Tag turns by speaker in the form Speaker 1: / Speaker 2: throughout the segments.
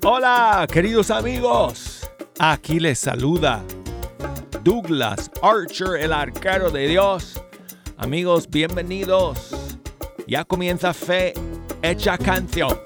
Speaker 1: Hola, queridos amigos. Aquí les saluda Douglas Archer, el arquero de Dios. Amigos, bienvenidos. Ya comienza Fe Hecha Canción.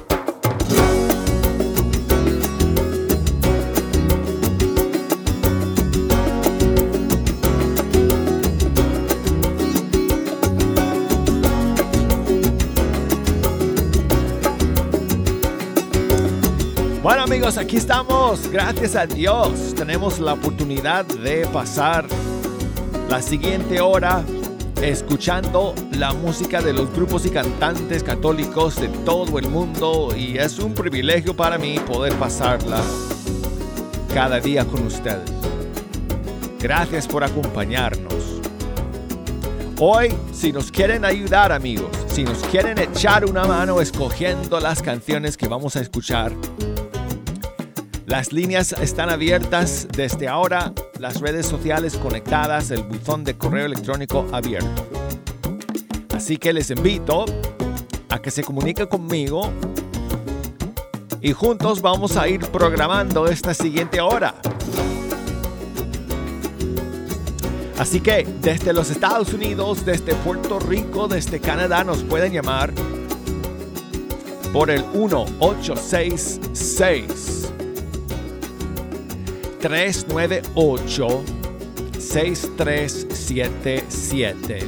Speaker 1: Bueno amigos, aquí estamos, gracias a Dios, tenemos la oportunidad de pasar la siguiente hora escuchando la música de los grupos y cantantes católicos de todo el mundo y es un privilegio para mí poder pasarla cada día con ustedes. Gracias por acompañarnos. Hoy, si nos quieren ayudar amigos, si nos quieren echar una mano escogiendo las canciones que vamos a escuchar, las líneas están abiertas desde ahora, las redes sociales conectadas, el buzón de correo electrónico abierto. Así que les invito a que se comuniquen conmigo y juntos vamos a ir programando esta siguiente hora. Así que desde los Estados Unidos, desde Puerto Rico, desde Canadá nos pueden llamar por el 1866 398-6377.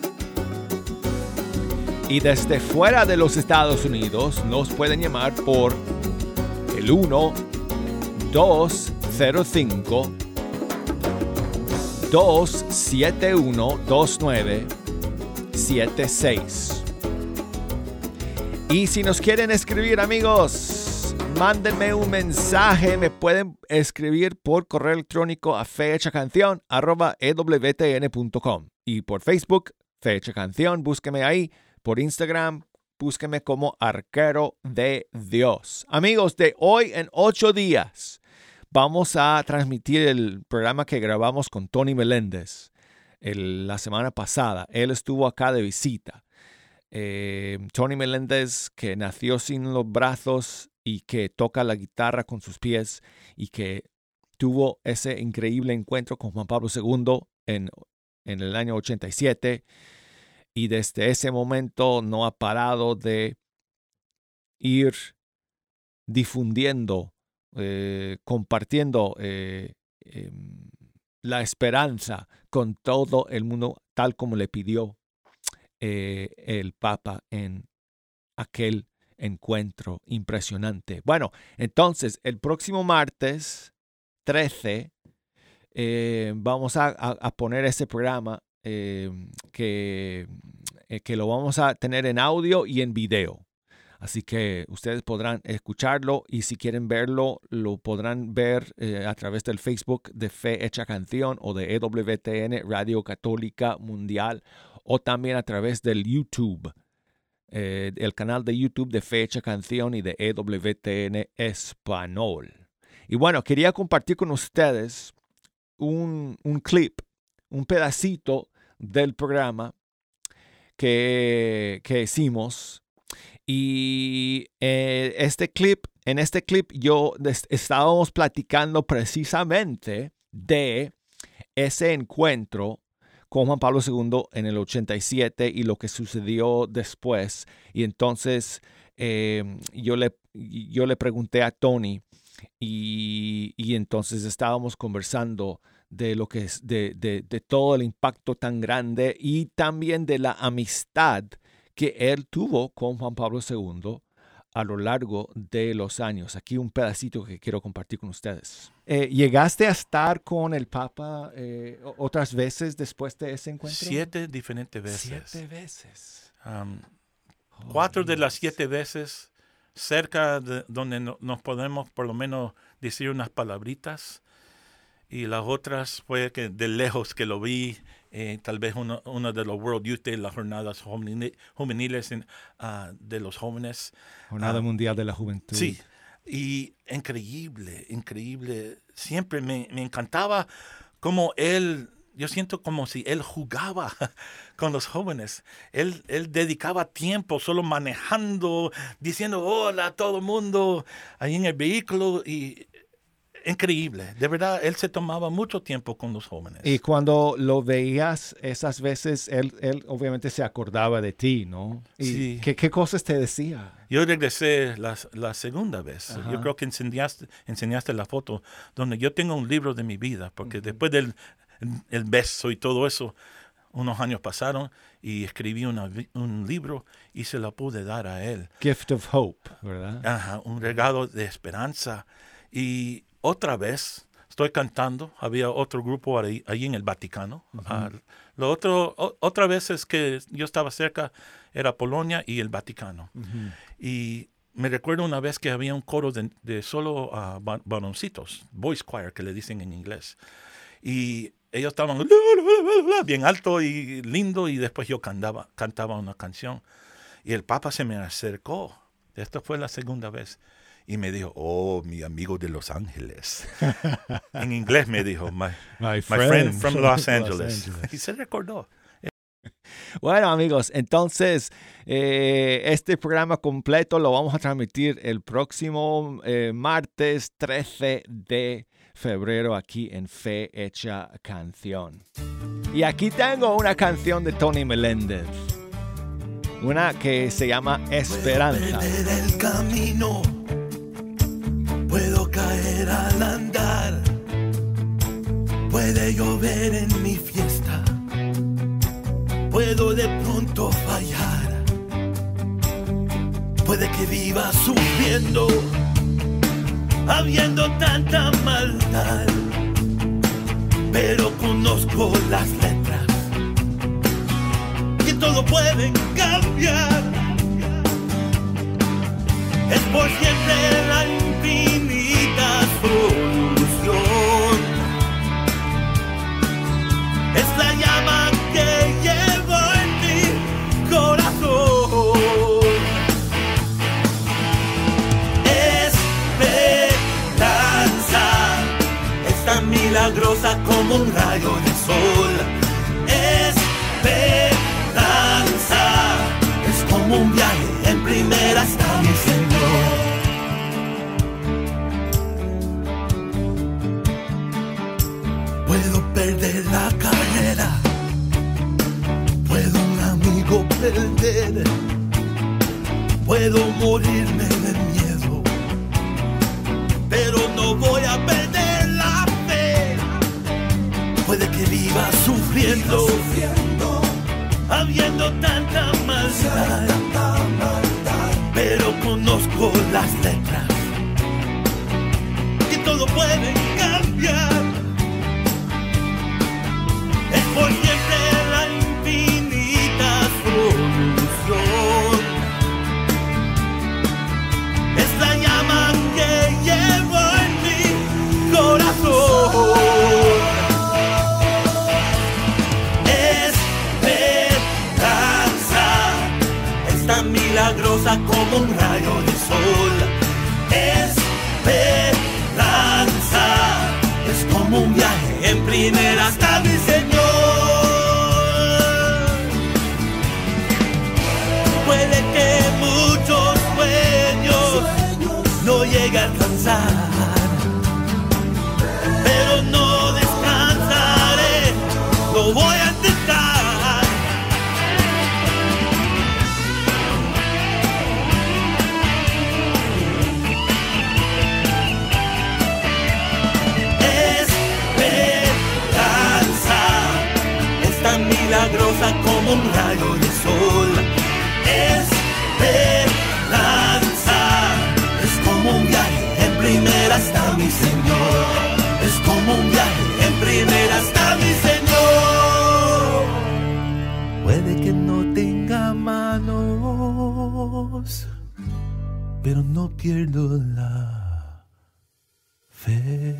Speaker 1: Y desde fuera de los Estados Unidos nos pueden llamar por el 1-205-271-2976. Y si nos quieren escribir amigos, mándenme un mensaje, me pueden escribir por correo electrónico a fehechacanción@ewtn.com y por Facebook, Fe Hecha Canción, búsqueme ahí, por Instagram, búsqueme como Arquero de Dios. Amigos, de hoy en 8 días vamos a transmitir el programa que grabamos con Tony Meléndez la semana pasada. Él estuvo acá de visita. Tony Meléndez, que nació sin los brazos y que toca la guitarra con sus pies y que tuvo ese increíble encuentro con Juan Pablo II en el año 87 y desde ese momento no ha parado de ir difundiendo, compartiendo la esperanza con todo el mundo tal como le pidió el Papa en aquel encuentro impresionante. Bueno, entonces el próximo martes 13 vamos a poner ese programa que lo vamos a tener en audio y en video. Así que ustedes podrán escucharlo y si quieren verlo, lo podrán ver a través del Facebook de Fe Hecha Canción o de EWTN Radio Católica Mundial o también a través del YouTube. El canal de YouTube de Fe Hecha Canción y de EWTN Español. Y bueno, quería compartir con ustedes un clip, un pedacito del programa que hicimos. Y en este clip estábamos platicando precisamente de ese encuentro con Juan Pablo II en el 87 y lo que sucedió después. Y entonces yo le pregunté a Tony y entonces estábamos conversando de lo que es de todo el impacto tan grande y también de la amistad que él tuvo con Juan Pablo II a lo largo de los años. Aquí un pedacito que quiero compartir con ustedes. ¿Llegaste a estar con el Papa otras veces después de ese encuentro?
Speaker 2: 7 diferentes veces.
Speaker 1: 7 veces.
Speaker 2: 4 de las 7 veces cerca de donde nos podemos por lo menos decir unas palabritas. Y las otras fue que de lejos que lo vi, tal vez uno de los World Youth Day, las jornadas juveniles de los jóvenes.
Speaker 1: Jornada Mundial de la Juventud.
Speaker 2: Sí, y increíble. Siempre me encantaba cómo él yo siento como si él jugaba con los jóvenes. Él dedicaba tiempo solo manejando, diciendo hola a todo el mundo ahí en el vehículo. Y increíble. De verdad, él se tomaba mucho tiempo con los jóvenes.
Speaker 1: Y cuando lo veías esas veces, él obviamente se acordaba de ti, ¿no? ¿Y
Speaker 2: Sí.
Speaker 1: qué cosas te decía?
Speaker 2: Yo regresé la segunda vez.
Speaker 1: Ajá.
Speaker 2: Yo creo que enseñaste la foto donde yo tengo un libro de mi vida, porque después del el beso y todo eso, unos años pasaron y escribí un libro y se lo pude dar a él.
Speaker 1: Gift of Hope, ¿verdad?
Speaker 2: Ajá, un regalo de esperanza. Y otra vez estoy cantando, había otro grupo ahí en el Vaticano. Otra vez es que yo estaba cerca, era Polonia y el Vaticano. Y me recuerdo una vez que había un coro de solo varoncitos, boys choir, que le dicen en inglés. Y ellos estaban bien alto y lindo, y después yo cantaba una canción. Y el Papa se me acercó. Esta fue la segunda vez. Y me dijo, oh, mi amigo de Los Ángeles. En inglés me dijo, my friend from Los Angeles. Y se recordó.
Speaker 1: Bueno, amigos, entonces este programa completo lo vamos a transmitir el próximo martes 13 de febrero aquí en Fe Hecha Canción. Y aquí tengo una canción de Tony Meléndez. Una que se llama Esperanza.
Speaker 3: Puedo perder el camino, puedo caer al andar, puede llover en mi fiesta, puedo de pronto fallar, puede que viva sufriendo, habiendo tanta maldad, pero conozco las letras, que todo puede cambiar. Es por siempre la infinita solución. Es la llama que llevo en mi corazón. Esperanza es tan milagrosa como un rayo de sol. Esperanza es como un viaje en primera hasta mi Señor. Puedo perder la carrera, puedo un amigo perder, puedo morirme de miedo, pero no voy a perder la fe. Puede que viva sufriendo, habiendo tanta maldad, pero conozco las letras, que todo puede cambiar. Es por siempre la infinita solución. Es la llama que llevo en mi corazón. Tan milagrosa como un rayo de sol. Esperanza es como un viaje en primera hasta mi Señor. Puede que muchos sueños no lleguen a alcanzar, pero no descansaré, lo voy a intentar. Milagrosa como un rayo de sol. Esperanza es como un viaje en primera hasta mi Señor. Es como un viaje en primera hasta mi Señor. Puede que no tenga manos, pero no pierdo la fe.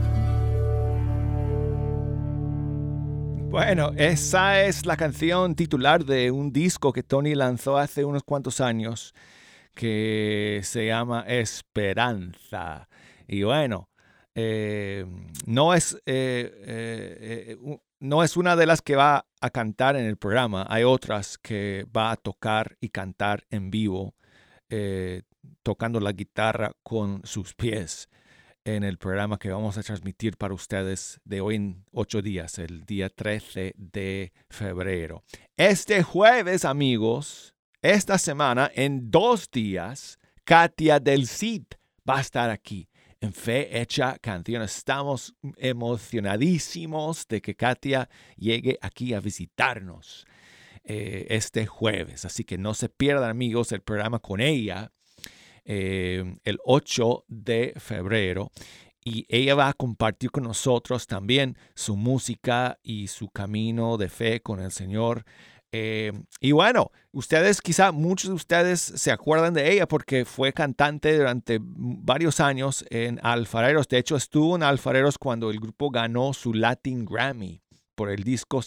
Speaker 1: Bueno, esa es la canción titular de un disco que Tony lanzó hace unos cuantos años que se llama Esperanza. Y bueno, no es no es una de las que va a cantar en el programa. Hay otras que va a tocar y cantar en vivo, tocando la guitarra con sus pies en el programa que vamos a transmitir para ustedes de hoy en 8 días, el día 13 de febrero. Este jueves, amigos, esta semana, en 2 días, Katia del Cid va a estar aquí en Fe Hecha Canción. Estamos emocionadísimos de que Katia llegue aquí a visitarnos este jueves. Así que no se pierdan, amigos, el programa con ella el 8 de febrero. Y ella va a compartir con nosotros también su música y su camino de fe con el Señor. Y bueno, muchos de ustedes se acuerdan de ella porque fue cantante durante varios años en Alfareros. De hecho, estuvo en Alfareros cuando el grupo ganó su Latin Grammy por el disco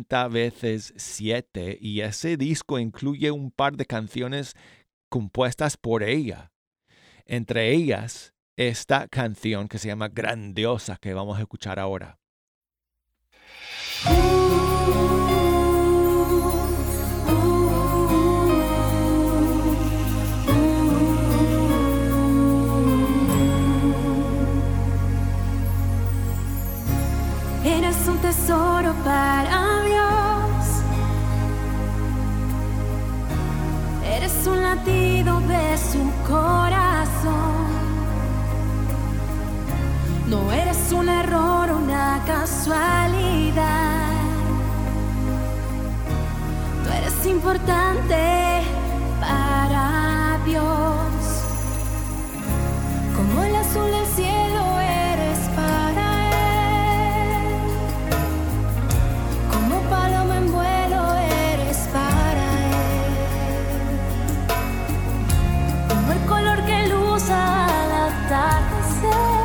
Speaker 1: 70x7. Y ese disco incluye un par de canciones compuestas por ella. Entre ellas, esta canción que se llama Grandiosa, que vamos a escuchar ahora.
Speaker 4: Eres un tesoro para Dios. Eres un latido de su corazón. No eres un error o una casualidad. Tú eres importante para Dios. Como el azul del cielo eres para Él. Como paloma en vuelo eres para Él. Como el color que luz al atardecer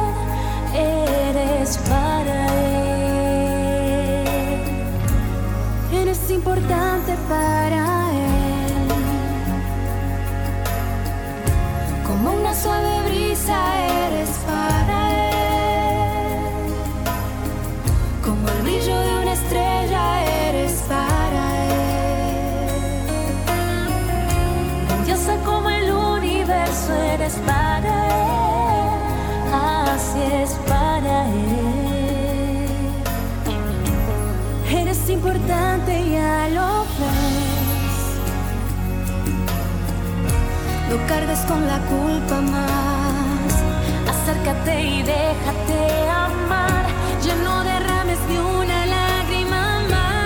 Speaker 4: eres para Él. Eres importante para Él. Como una suave brisa eres para Él. Como el brillo de una estrella eres para Él. Grandiosa como el universo eres para Él. Así es para Él. Eres importante, ya lo ves. No cargues con la culpa más. Acércate y déjate amar. Ya no derrames ni una lágrima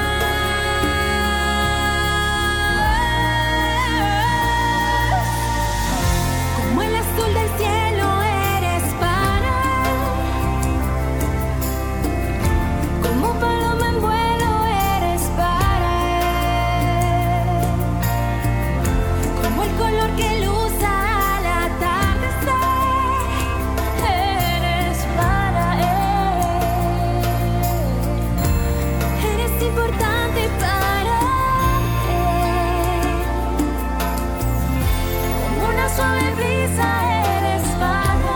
Speaker 4: más. Como el azul del cielo eres para Él. Como paloma en vuelo eres para Él. Como el color que luz al atardecer eres para Él. Eres importante para Él. Como una suave brisa eres para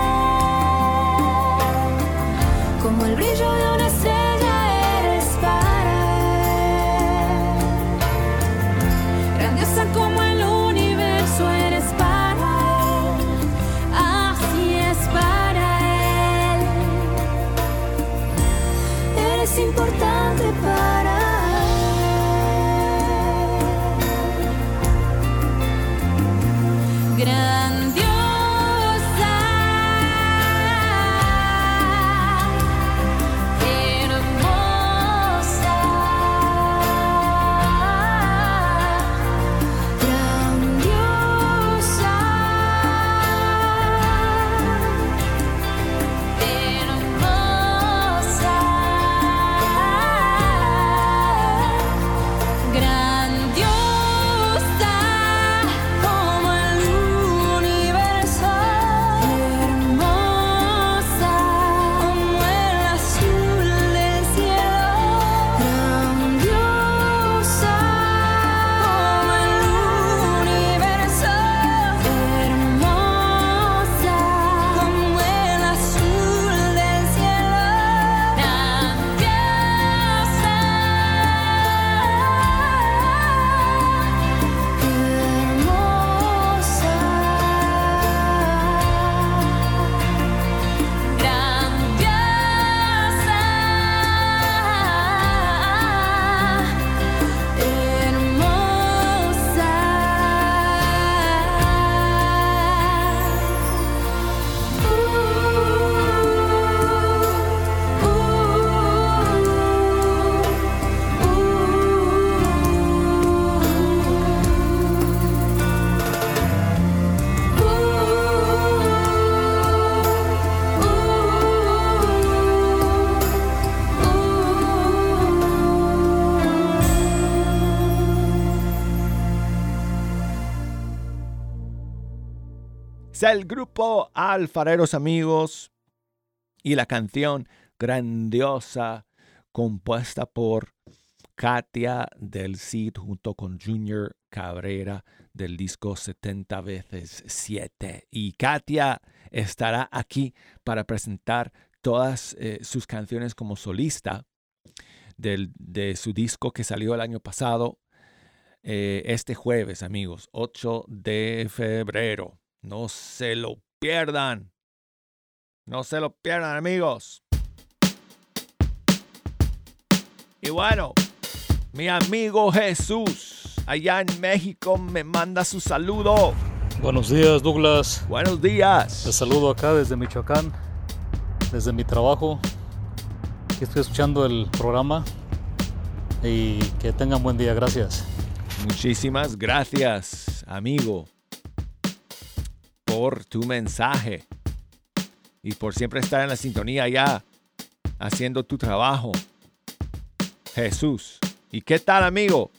Speaker 4: Él. Como el brillo de una estrella eres para Él. Grandiosa como el universo eres para Él. Así es para Él. Eres importante para Él. Grandiosa, hermosa, grandiosa, hermosa, grandiosa como el universo.
Speaker 1: Es el grupo Alfareros Amigos y la canción Grandiosa, compuesta por Katia del Cid junto con Junior Cabrera del disco 70 veces 7. Y Katia estará aquí para presentar todas sus canciones como solista de su disco que salió el año pasado, este jueves, amigos, 8 de febrero. No se lo pierdan. No se lo pierdan, amigos. Y bueno, mi amigo Jesús, allá en México, me manda su saludo.
Speaker 5: Buenos días, Douglas.
Speaker 1: Buenos días.
Speaker 5: Te saludo acá desde Michoacán, desde mi trabajo. Aquí estoy escuchando el programa y que tengan buen día. Gracias.
Speaker 1: Muchísimas gracias, amigo, por tu mensaje y por siempre estar en la sintonía allá, haciendo tu trabajo. Jesús. ¿Y qué tal, amigo?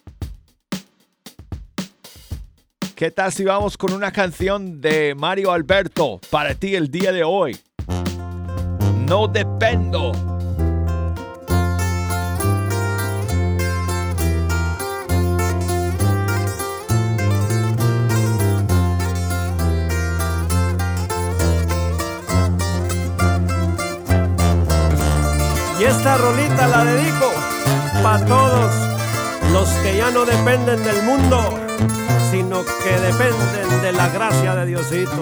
Speaker 1: ¿Qué tal si vamos con una canción de Mario Alberto para ti el día de hoy? No dependo.
Speaker 6: Y esta rolita la dedico para todos los que ya no dependen del mundo, sino que dependen de la gracia de Diosito.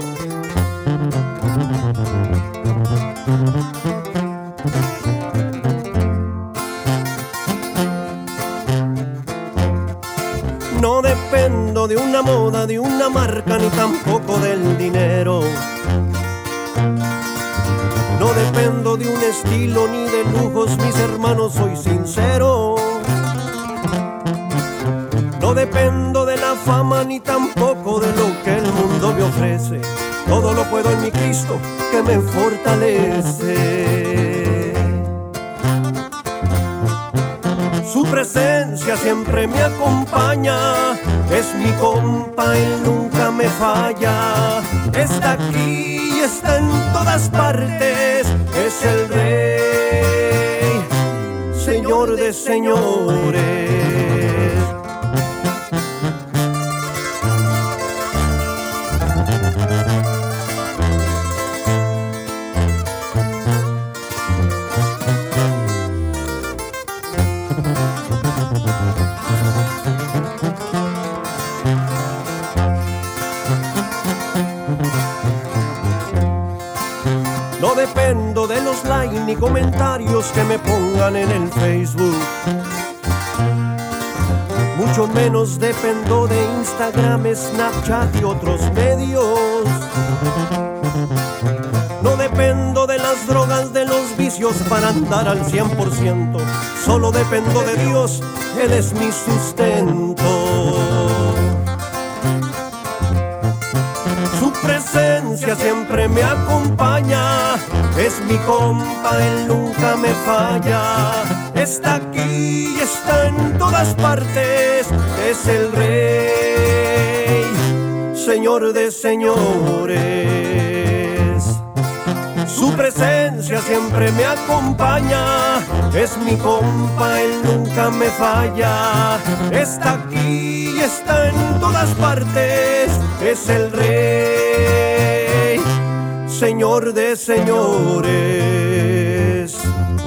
Speaker 6: No dependo de una moda, de una marca, ni tampoco del dinero. No dependo de un estilo ni de lujos, mis hermanos, soy sincero. No dependo de la fama ni tampoco de lo que el mundo me ofrece. Todo lo puedo en mi Cristo que me fortalece. Su presencia siempre me acompaña, es mi compa y nunca me falla. Está aquí y está en todas partes, es el Rey, Señor de señores. No dependo de los likes ni comentarios que me pongan en el Facebook. Mucho menos dependo de Instagram, Snapchat y otros medios. No dependo de las drogas, de los vicios para andar al 100%. Solo dependo de Dios, Él es mi sustento. Su presencia siempre me acompaña, es mi compa, Él nunca me falla. Está aquí y está en todas partes, es el Rey, Señor de señores. Su presencia siempre me acompaña, es mi compa, Él nunca me falla. Está aquí y está en todas partes, es el Rey, Señor de señores.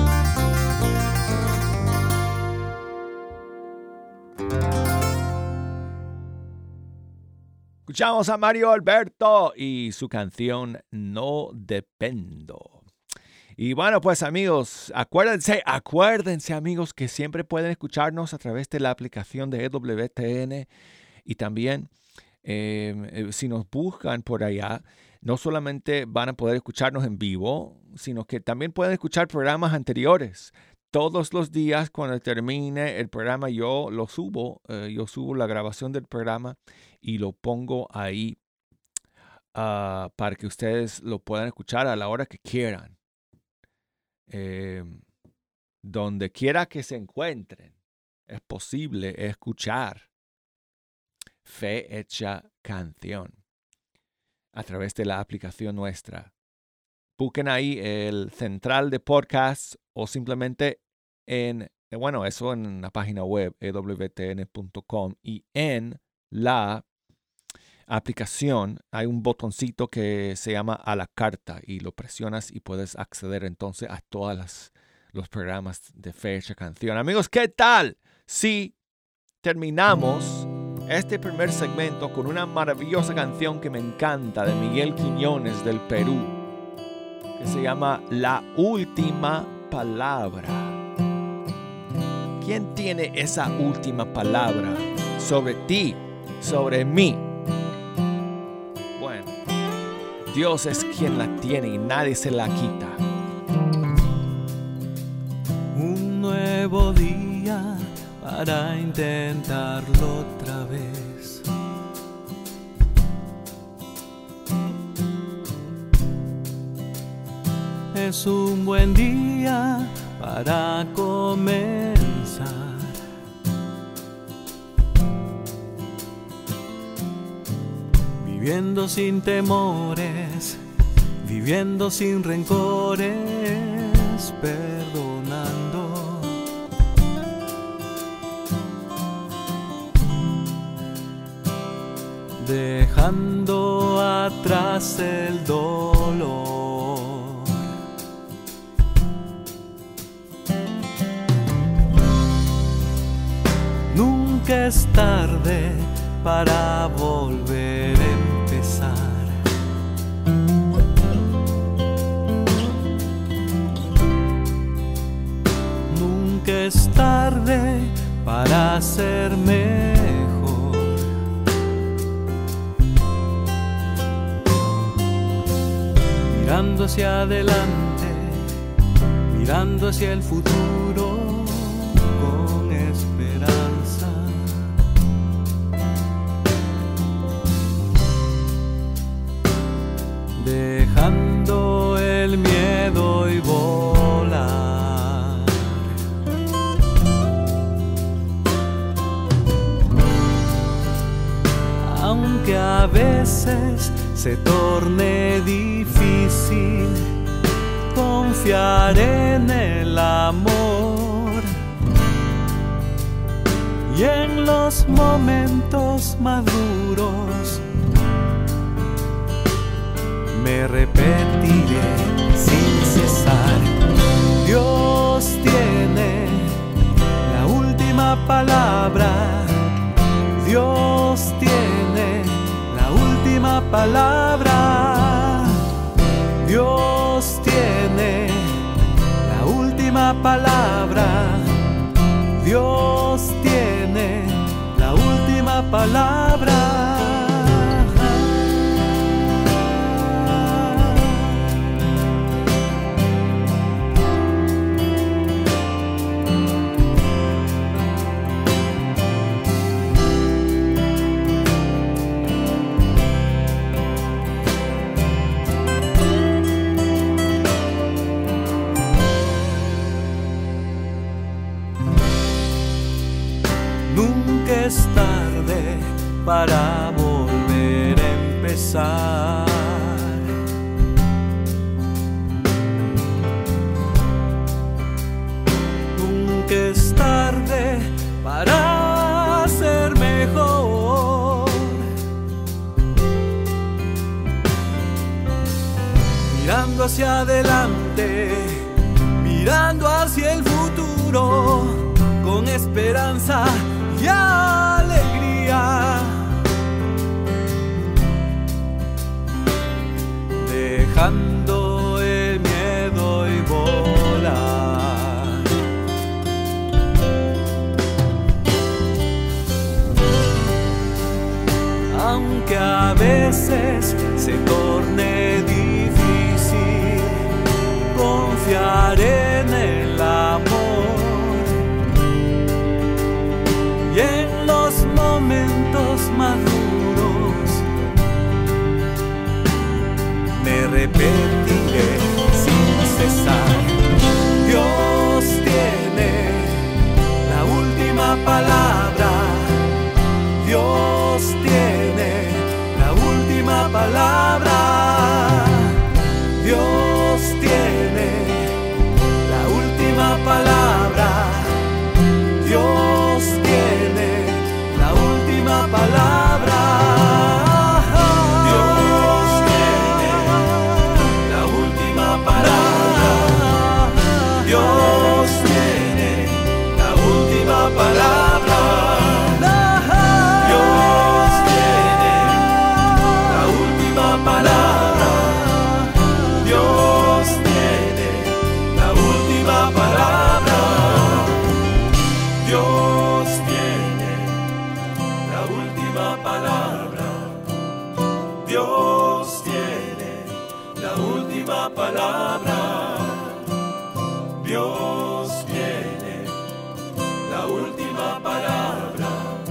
Speaker 1: Escuchamos a Mario Alberto y su canción No Dependo. Y bueno, pues amigos, acuérdense amigos que siempre pueden escucharnos a través de la aplicación de EWTN y también si nos buscan por allá, no solamente van a poder escucharnos en vivo, sino que también pueden escuchar programas anteriores. Todos los días cuando termine el programa yo lo subo, yo subo la grabación del programa y lo pongo ahí para que ustedes lo puedan escuchar a la hora que quieran. Donde quiera que se encuentren, es posible escuchar Fe Hecha Canción. a través de la aplicación nuestra. Busquen ahí el central de podcast o simplemente eso en la página web ewtn.com, y en la aplicación hay un botoncito que se llama a la carta y lo presionas y puedes acceder entonces a todos los programas de Fecha Canción. Amigos, ¿qué tal si terminamos este primer segmento con una maravillosa canción que me encanta de Miguel Quiñones del Perú, que se llama La Última Palabra? ¿Quién tiene esa última palabra sobre ti, sobre mí? Bueno, Dios es quien la tiene y nadie se la quita.
Speaker 3: Un nuevo día para intentarlo otra vez. Es un buen día para comenzar. Viviendo sin temores, viviendo sin rencores, perdonando. Dejando atrás el dolor. Nunca es tarde para volver a empezar. Nunca es tarde para ser mejor. Mirando hacia adelante, mirando hacia el futuro con esperanza. Dejando el miedo y volar. Aunque a veces se torne difícil confiar en el amor, y en los momentos maduros me repetiré sin cesar: Dios tiene la última palabra. Dios tiene la última palabra. Dios tiene la última palabra. Dios tiene la última palabra. Nunca es tarde para volver a empezar. Nunca es tarde para ser mejor. Mirando hacia adelante, mirando hacia el futuro con esperanza y alegría, dejando el miedo y volar. Aunque a veces se torne difícil confiar en el amor, y en los momentos maduros me repetiré sin cesar: Dios tiene la última palabra. Dios tiene la última palabra. Dios tiene la última palabra. Dios tiene la última palabra.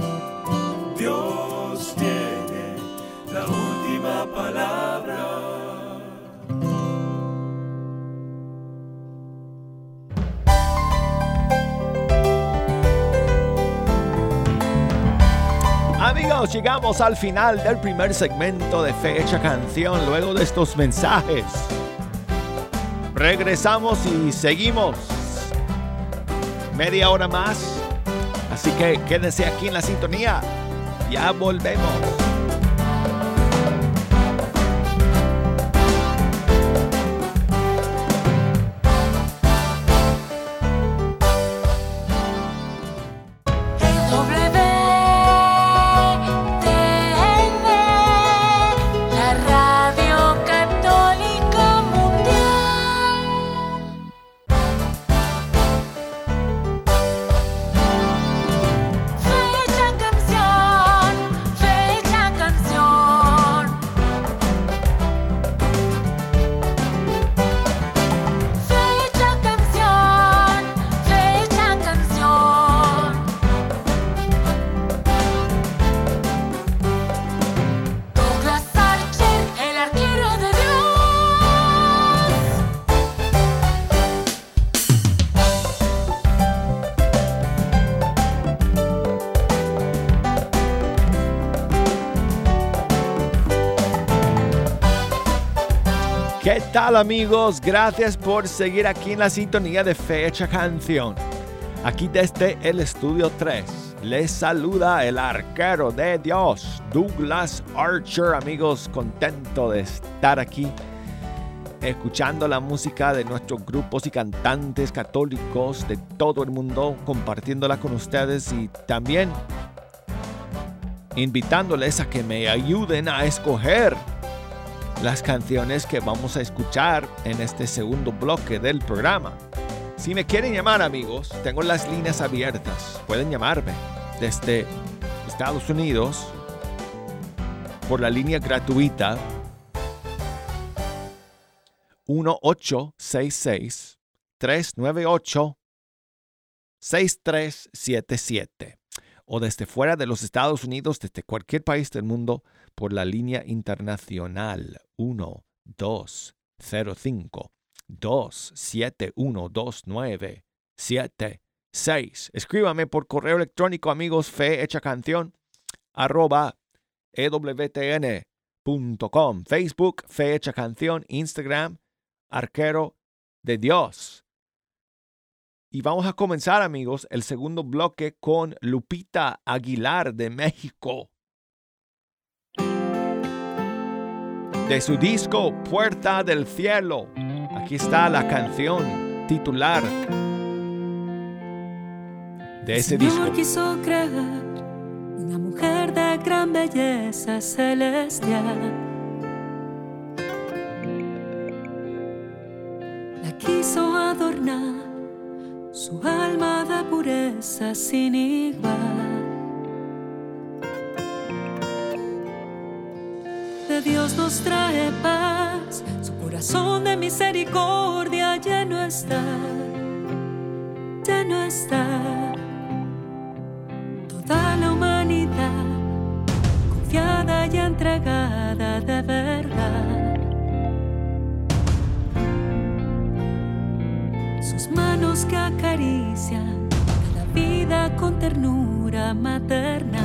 Speaker 3: Dios tiene la última palabra.
Speaker 1: Amigos, llegamos al final del primer segmento de Fecha Canción. Luego de estos mensajes, regresamos y seguimos media hora más. Así que quédense aquí en la sintonía. Ya volvemos. ¿Qué tal, amigos? Gracias por seguir aquí en la sintonía de Fecha Canción. Aquí desde el estudio 3 les saluda el arquero de Dios, Douglas Archer. Amigos, contento de estar aquí escuchando la música de nuestros grupos y cantantes católicos de todo el mundo, compartiéndola con ustedes y también invitándoles a que me ayuden a escoger las canciones que vamos a escuchar en este segundo bloque del programa. Si me quieren llamar, amigos, tengo las líneas abiertas. Pueden llamarme desde Estados Unidos por la línea gratuita 1-866-398-6377 o desde fuera de los Estados Unidos, desde cualquier país del mundo, por la línea internacional 1-205-271-2976. Escríbame por correo electrónico, amigos, fehechacanción@ewtn.com, Facebook, Fehecha Canción, Instagram, Arquero de Dios. Y vamos a comenzar, amigos, el segundo bloque con Lupita Aguilar de México. De su disco Puerta del Cielo, aquí está la canción titular de ese disco.
Speaker 7: El Señor quiso crear una mujer de gran belleza celestial. La quiso adornar, su alma de pureza sin igual. De Dios nos trae paz, su corazón de misericordia lleno está, lleno está. Toda la humanidad confiada y entregada de verdad. Sus manos que acarician cada vida con ternura materna.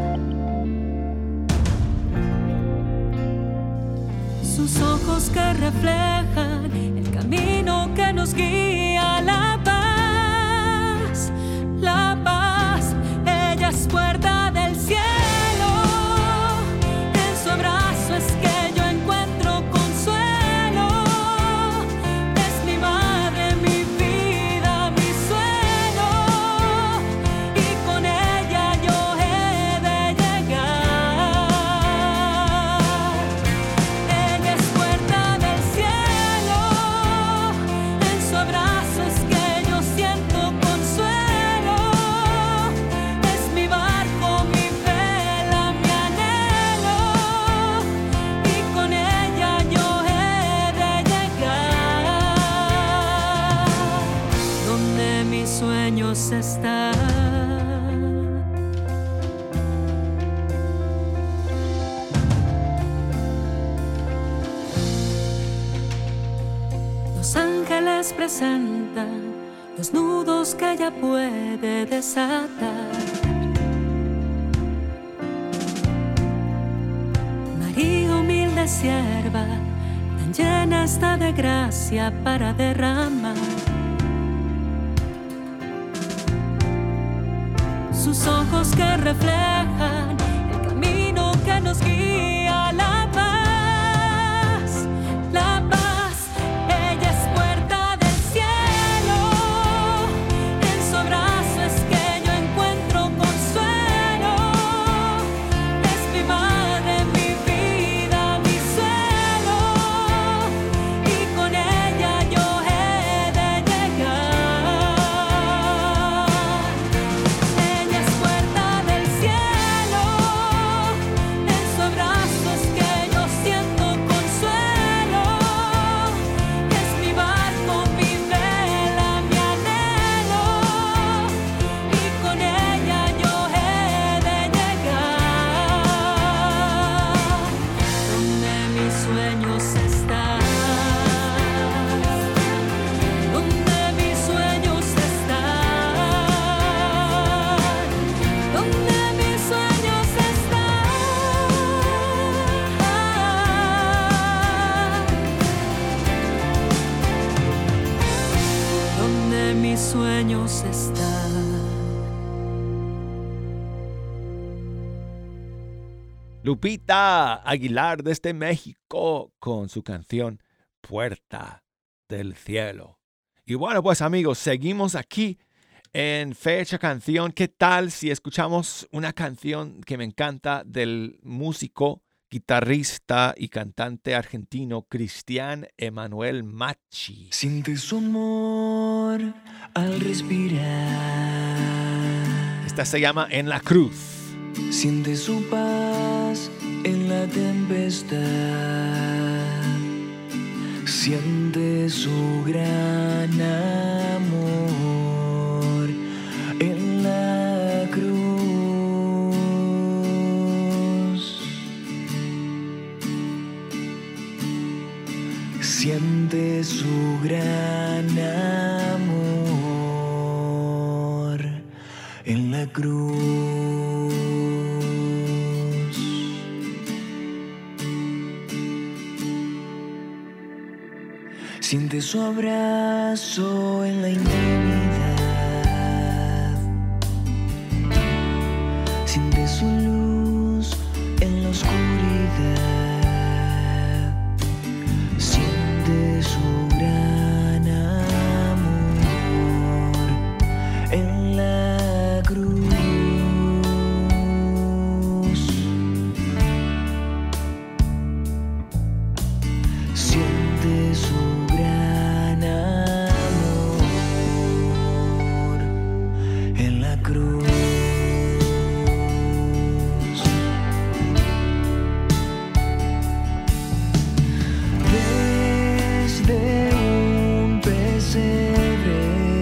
Speaker 7: Sus ojos que reflejan el camino que nos guía a la paz, la paz. Ella es puerta del cielo, en su abrazo es que yo encuentro consuelo. Es mi madre, mi vida, mi sueño, y con ella yo he de llegar. Ella es puerta del cielo, en su abrazo es que yo siento consuelo. les presenta los nudos que ella puede desatar. María, humilde sierva, tan llena está de gracia para derramar. Sus ojos que reflejan el camino que nos guía a la paz, la paz. Ella es puerta del cielo, en su abrazo es que yo encuentro consuelo. Es mi madre, mi vida, mi suelo, y con ella yo he de llegar. Ella es puerta del cielo, en su abrazo es que yo siento consuelo. Es mi barco, mi vela, mi anhelo, y con ella yo he de llegar. Donde mis sueños están, donde mis sueños están, donde mis sueños están, donde mis sueños están.
Speaker 1: Lupita Aguilar desde México con su canción Puerta del Cielo. Y bueno, pues amigos, seguimos aquí en Fecha Canción. ¿Qué tal si escuchamos una canción que me encanta del músico, guitarrista y cantante argentino Cristian Emanuel Macchi?
Speaker 8: Siente su amor al respirar.
Speaker 1: Esta se llama En la Cruz.
Speaker 8: Siente su paz en la tempestad. Siente su gran amor en la cruz. Siente su gran amor en la cruz. Siente su abrazo en la intimidad. Siente su luz en la oscuridad. Siente su gran amor en la cruz. Siente su gran amor en la cruz. Desde un pesebre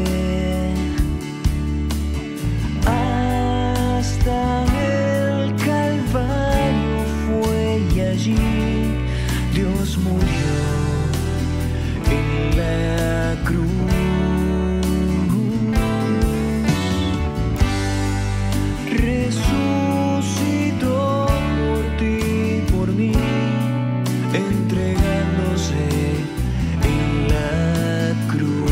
Speaker 8: hasta el Calvario fue, y allí Dios murió en la cruz. Resucitó por ti y por mí, entregándose en la cruz.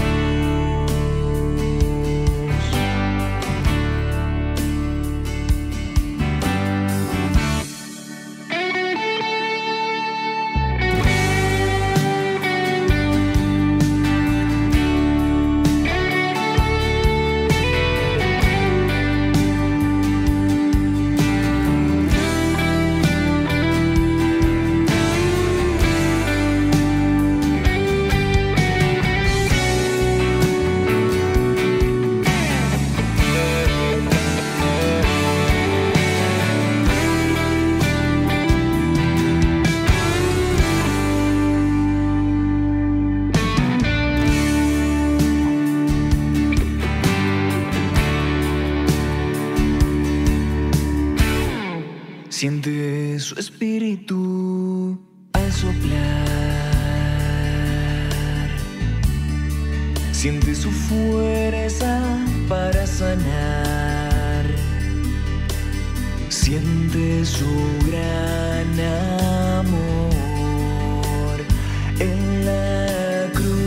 Speaker 8: Siente su espíritu al soplar. Siente su fuerza para sanar. Siente su gran amor en la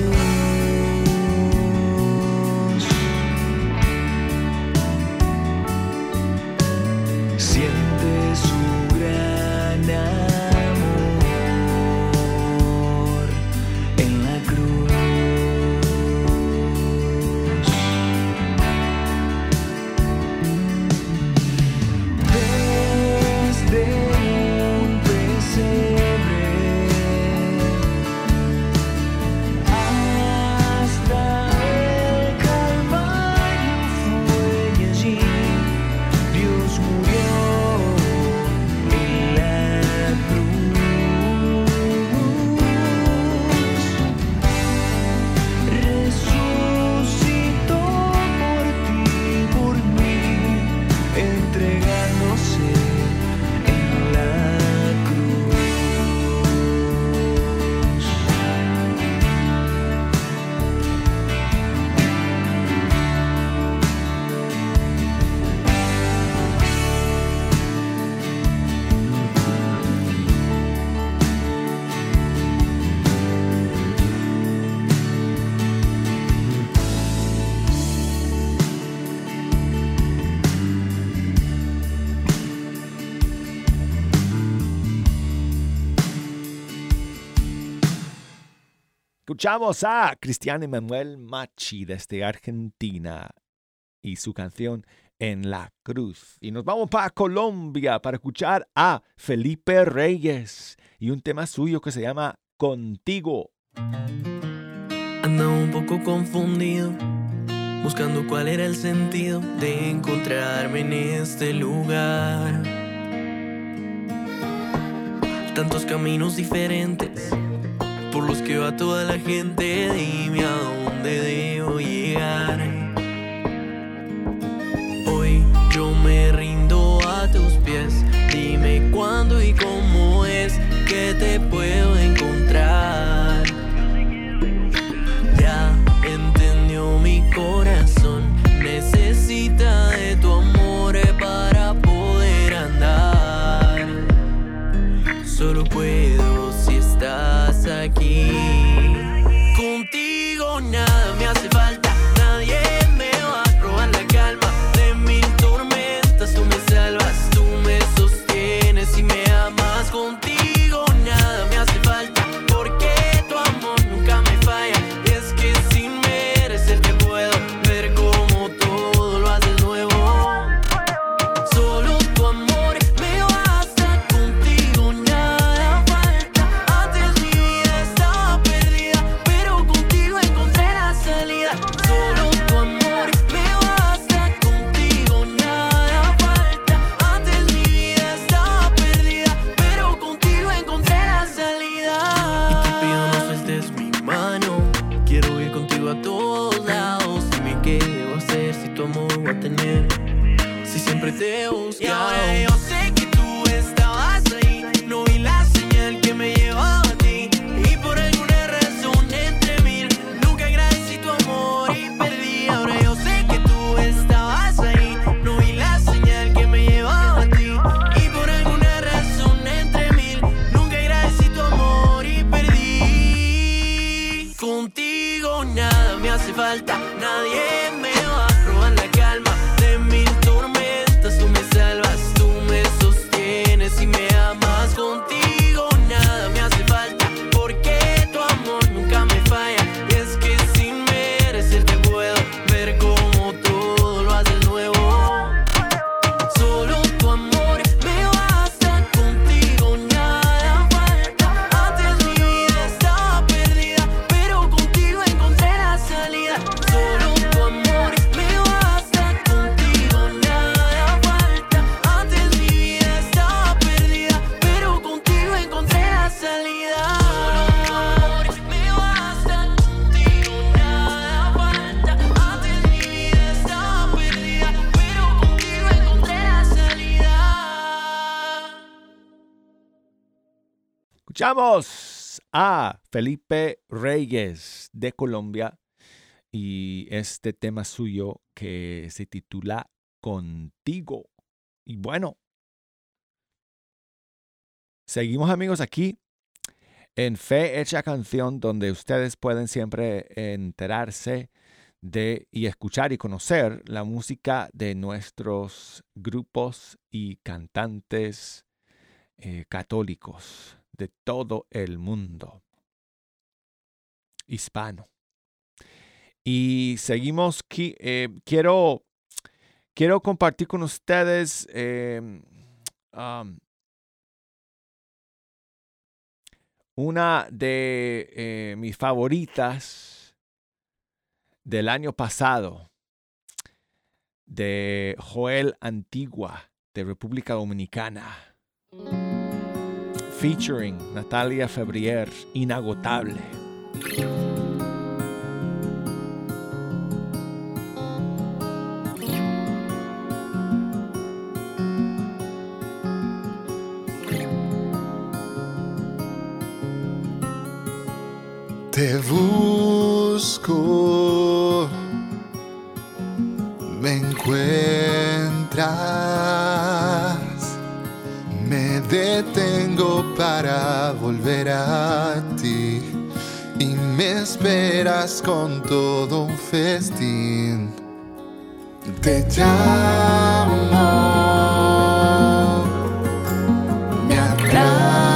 Speaker 8: cruz. Siente su gran amor en la cruz. Desde un pesebre hasta el Calvario fue y allí Dios murió en la cruz. Resucitó por ti y por mí, entregándose en la cruz.
Speaker 1: Escuchamos a Cristian Emanuel Machi desde Argentina y su canción En la Cruz. Y nos vamos para Colombia para escuchar a Felipe Reyes y un tema suyo que se llama Contigo.
Speaker 9: Andaba un poco confundido, buscando cuál era el sentido de encontrarme en este lugar. Tantos caminos diferentes por los que va toda la gente, dime a dónde debo llegar. Hoy yo me rindo a tus pies, dime cuándo y cómo es que te puedo encontrar. Ya entendió mi corazón, necesita de tu amor para poder andar. Solo puedo si estás aquí. Contigo nada me hace falta, nadie me va a robar la calma. De mil tormentas tú me salvas, tú me sostienes y me amas. Contigo nada me hace falta, porque tu amor nunca me falla. Y es que sin merecerte puedo ver cómo todo lo haces nuevo. Solo tu amor me basta, contigo nada falta. Antes mi vida estaba perdida, pero contigo encontré la salida. Solo tu amor me basta, contigo nada falta. Antes mi vida estaba perdida, pero contigo encontré la salida. Y te pido no sueltes mi mano, quiero ir contigo a todos lados. Dime qué debo hacer, si tu amor voy a tener, si siempre te he buscado. Y ahora yo sé que tú estabas ahí, no vi la señal que me llevaba a ti. Y por alguna razón entre mil, nunca agradecí tu amor y perdí. Ahora yo sé que tú estabas ahí, no vi la señal que me llevaba a ti. Y por alguna razón entre mil, nunca agradecí tu amor y perdí. Contigo nada me hace falta, nadie me va a robar la calma. De mil tormentas tú me salvas, tú me sostienes y me amas. Contigo nada me hace falta, porque tu amor nunca me falla. Y es que sin merecerte puedo ver cómo todo lo haces nuevo. Solo tu amor me basta, contigo nada falta. Antes mi vida estaba perdida, pero contigo encontré la salida. Solo tu amor me basta, contigo nada falta. Antes mi vida estaba perdida, pero contigo encontré la salida. Solo tu amor me basta, contigo nada falta. Antes mi vida estaba perdida, pero contigo encontré la salida.
Speaker 1: Escuchamos a Felipe Reyes de Colombia y este tema suyo que se titula Contigo. Y bueno, seguimos amigos aquí en Fe Hecha Canción, donde ustedes pueden siempre enterarse de y escuchar y conocer la música de nuestros grupos y cantantes católicos de todo el mundo hispano. Y seguimos aquí. Quiero compartir con ustedes una de mis favoritas del año pasado, de Joel Antigua, de República Dominicana, featuring Natalia Febrier, Inagotable.
Speaker 10: Te busco, me encuentras, me detengo para volver a ti y me esperas con todo un festín. Te llamo, me atraes.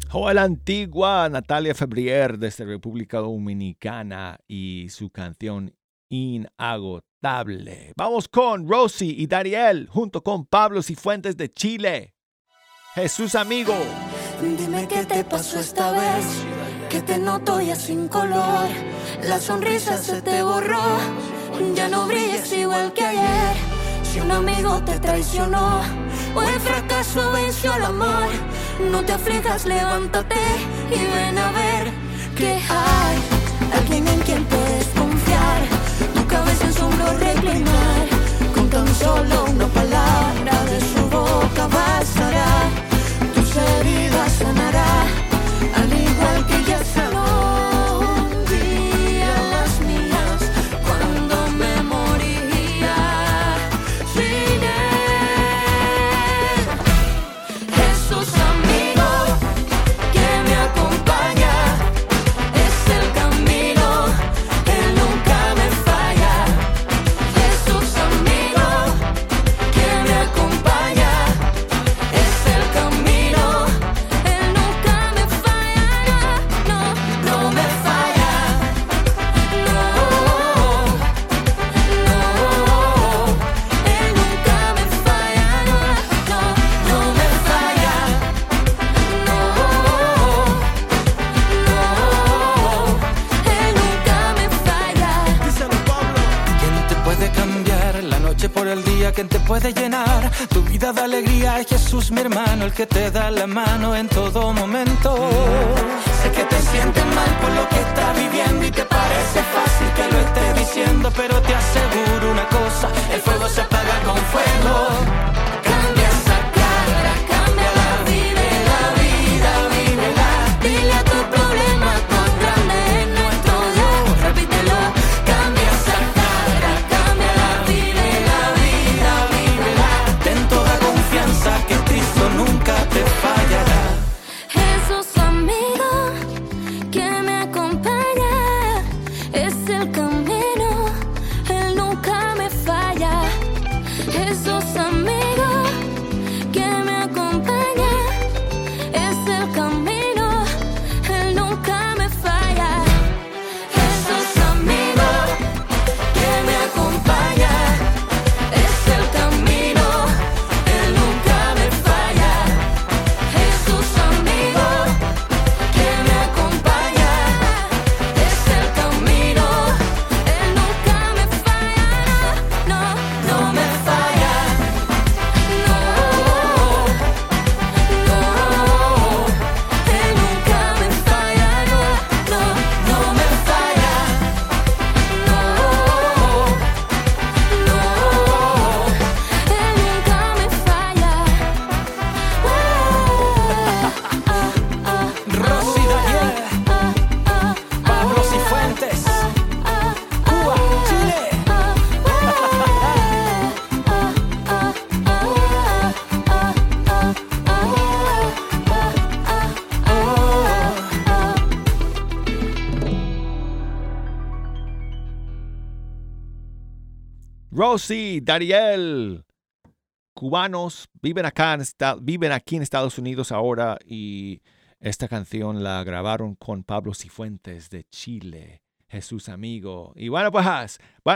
Speaker 1: Joel Antigua, Natalia Febrier desde República Dominicana y su canción Inagotable. Vamos con Rosy y Dariel junto con Pablo Cifuentes de Chile. Jesús amigo.
Speaker 4: Dime qué te pasó esta vez, que te noto ya sin color. La sonrisa se te borró, ya no brillas igual que ayer. Si un amigo te traicionó o el fracaso venció al amor, no te aflijas, levántate y ven a ver que hay alguien en quien puedes confiar. Tu cabeza en su hombro reclinar, con tan solo una palabra de su boca bastará. Tus heridas sanará, al igual que ya sanó un día las mías cuando me moría sin él. Jesús amigo que me acompaña, es el camino, él nunca me falla. Jesús amigo que me acompaña, es el camino, él nunca me falla. No, no me falla. No, no, él nunca me falla. No, no me falla. No, él nunca me falla.
Speaker 9: ¿Quién te puede cambiar la noche por el día? ¿Quién te puede llenar tu vida de alegría? Es Jesús, mi hermano, el que te da la mano en todo momento. Sé que te sientes mal por lo que estás viviendo y te parece fácil que lo esté diciendo, pero te aseguro una cosa, el fuego se apaga con fuego. Cambia esa cara, cámbiala, vívela, vívela. Dile a tu problema cuán grande es nuestro Dios, repítelo. Cambia esa cara, cámbiala, vívela, vívela. Ten toda confianza que Cristo nunca te fallará.
Speaker 4: Jesús amigo que me acompaña, es el camino, él nunca me falla. Jesús amigo que me acompaña, es el camino, él nunca me falla. Jesús amigo que me acompaña, es el camino, él nunca me falla. Jesús amigo que me acompaña, es el camino, él nunca me falla. No, no me falla. No, no, él nunca me falla. No, no me falla. No, no, él nunca me falla.
Speaker 9: Rosy Dariel, Pablo Cifuentes, Cuba, Chile.
Speaker 1: Rosy, Dariel, cubanos, viven aquí en Estados Unidos ahora y esta canción la grabaron con Pablo Cifuentes de Chile, Jesús amigo. Y bueno, pues,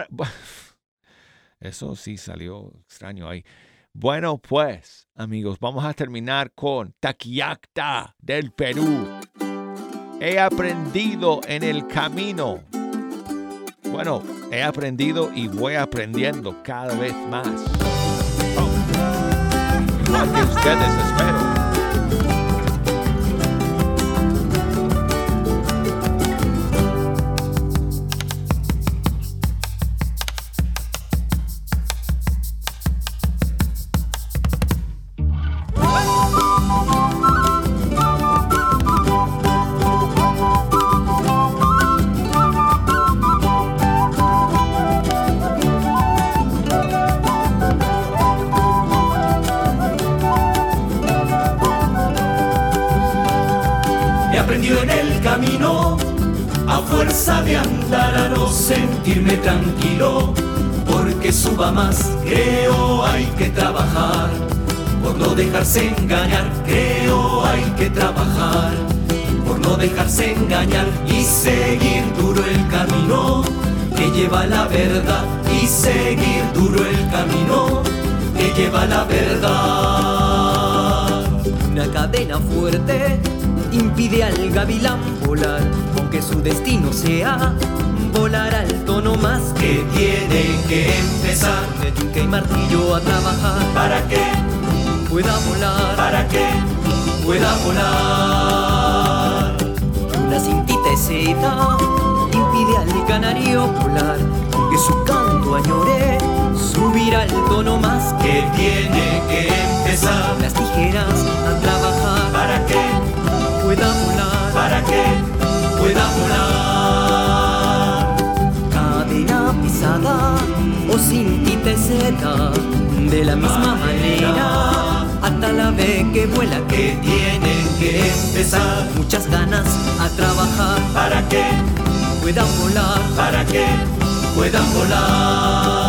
Speaker 1: eso sí salió extraño ahí. Bueno, pues, amigos, vamos a terminar con Taquiacta del Perú. He aprendido en el camino. Bueno, he aprendido y voy aprendiendo cada vez más. Igual que ustedes, espero.
Speaker 3: He aprendido en el camino, a fuerza de andar, a no sentirme tranquilo, porque suba más creo hay que trabajar, por por no dejarse engañar, creo hay que trabajar, por no dejarse engañar y seguir duro el camino que lleva a la verdad, y seguir duro el camino que lleva a la verdad.
Speaker 9: Una cadena fuerte impide al gavilán volar, aunque su destino sea volar alto no más.
Speaker 3: Que tiene que empezar
Speaker 9: de yunque y martillo a trabajar
Speaker 3: para que
Speaker 9: pueda volar,
Speaker 3: para que pueda volar.
Speaker 9: Una cintita seda impide al canario volar, aunque su canto añore subir alto no más.
Speaker 3: Que tiene que empezar
Speaker 9: las tijeras a trabajar
Speaker 3: para que
Speaker 9: pueda volar,
Speaker 3: para que pueda volar.
Speaker 9: Cadena pesada o cintita seda, de la misma manera hasta la vez que vuela.
Speaker 3: Que tienen que empezar
Speaker 9: muchas ganas a trabajar
Speaker 3: para que
Speaker 9: puedan volar,
Speaker 3: para que puedan volar.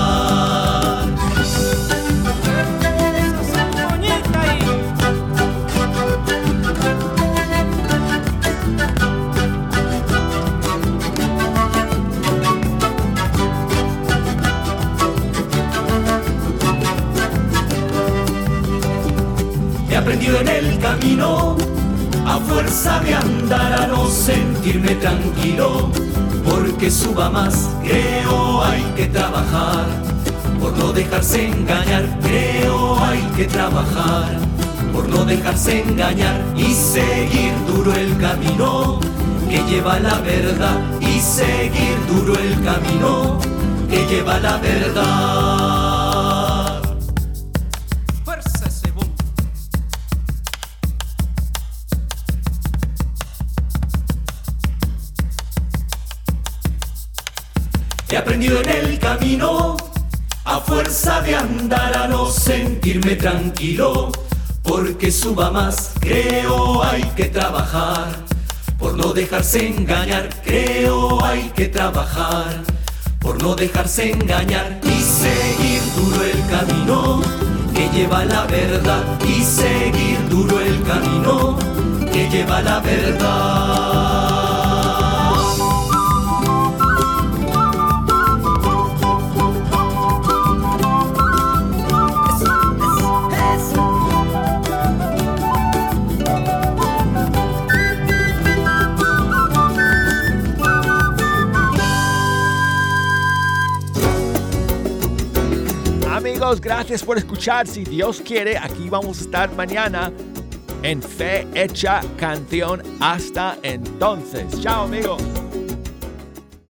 Speaker 3: He aprendido en el camino, a fuerza de andar, a no sentirme tranquilo, porque suba más, creo hay que trabajar, por no dejarse engañar, creo hay que trabajar, por no dejarse engañar y seguir duro el camino que lleva a la verdad, y seguir duro el camino que lleva a la verdad. He aprendido en el camino, a fuerza de andar, a no sentirme tranquilo, porque suba más, creo hay que trabajar, por no dejarse engañar, creo hay que trabajar, por no dejarse engañar y seguir duro el camino que lleva a la verdad, y seguir duro el camino que lleva a la verdad.
Speaker 1: Amigos, gracias por escuchar. Si Dios quiere, aquí vamos a estar mañana en Fe Hecha Canción. Hasta entonces. Chao, amigos.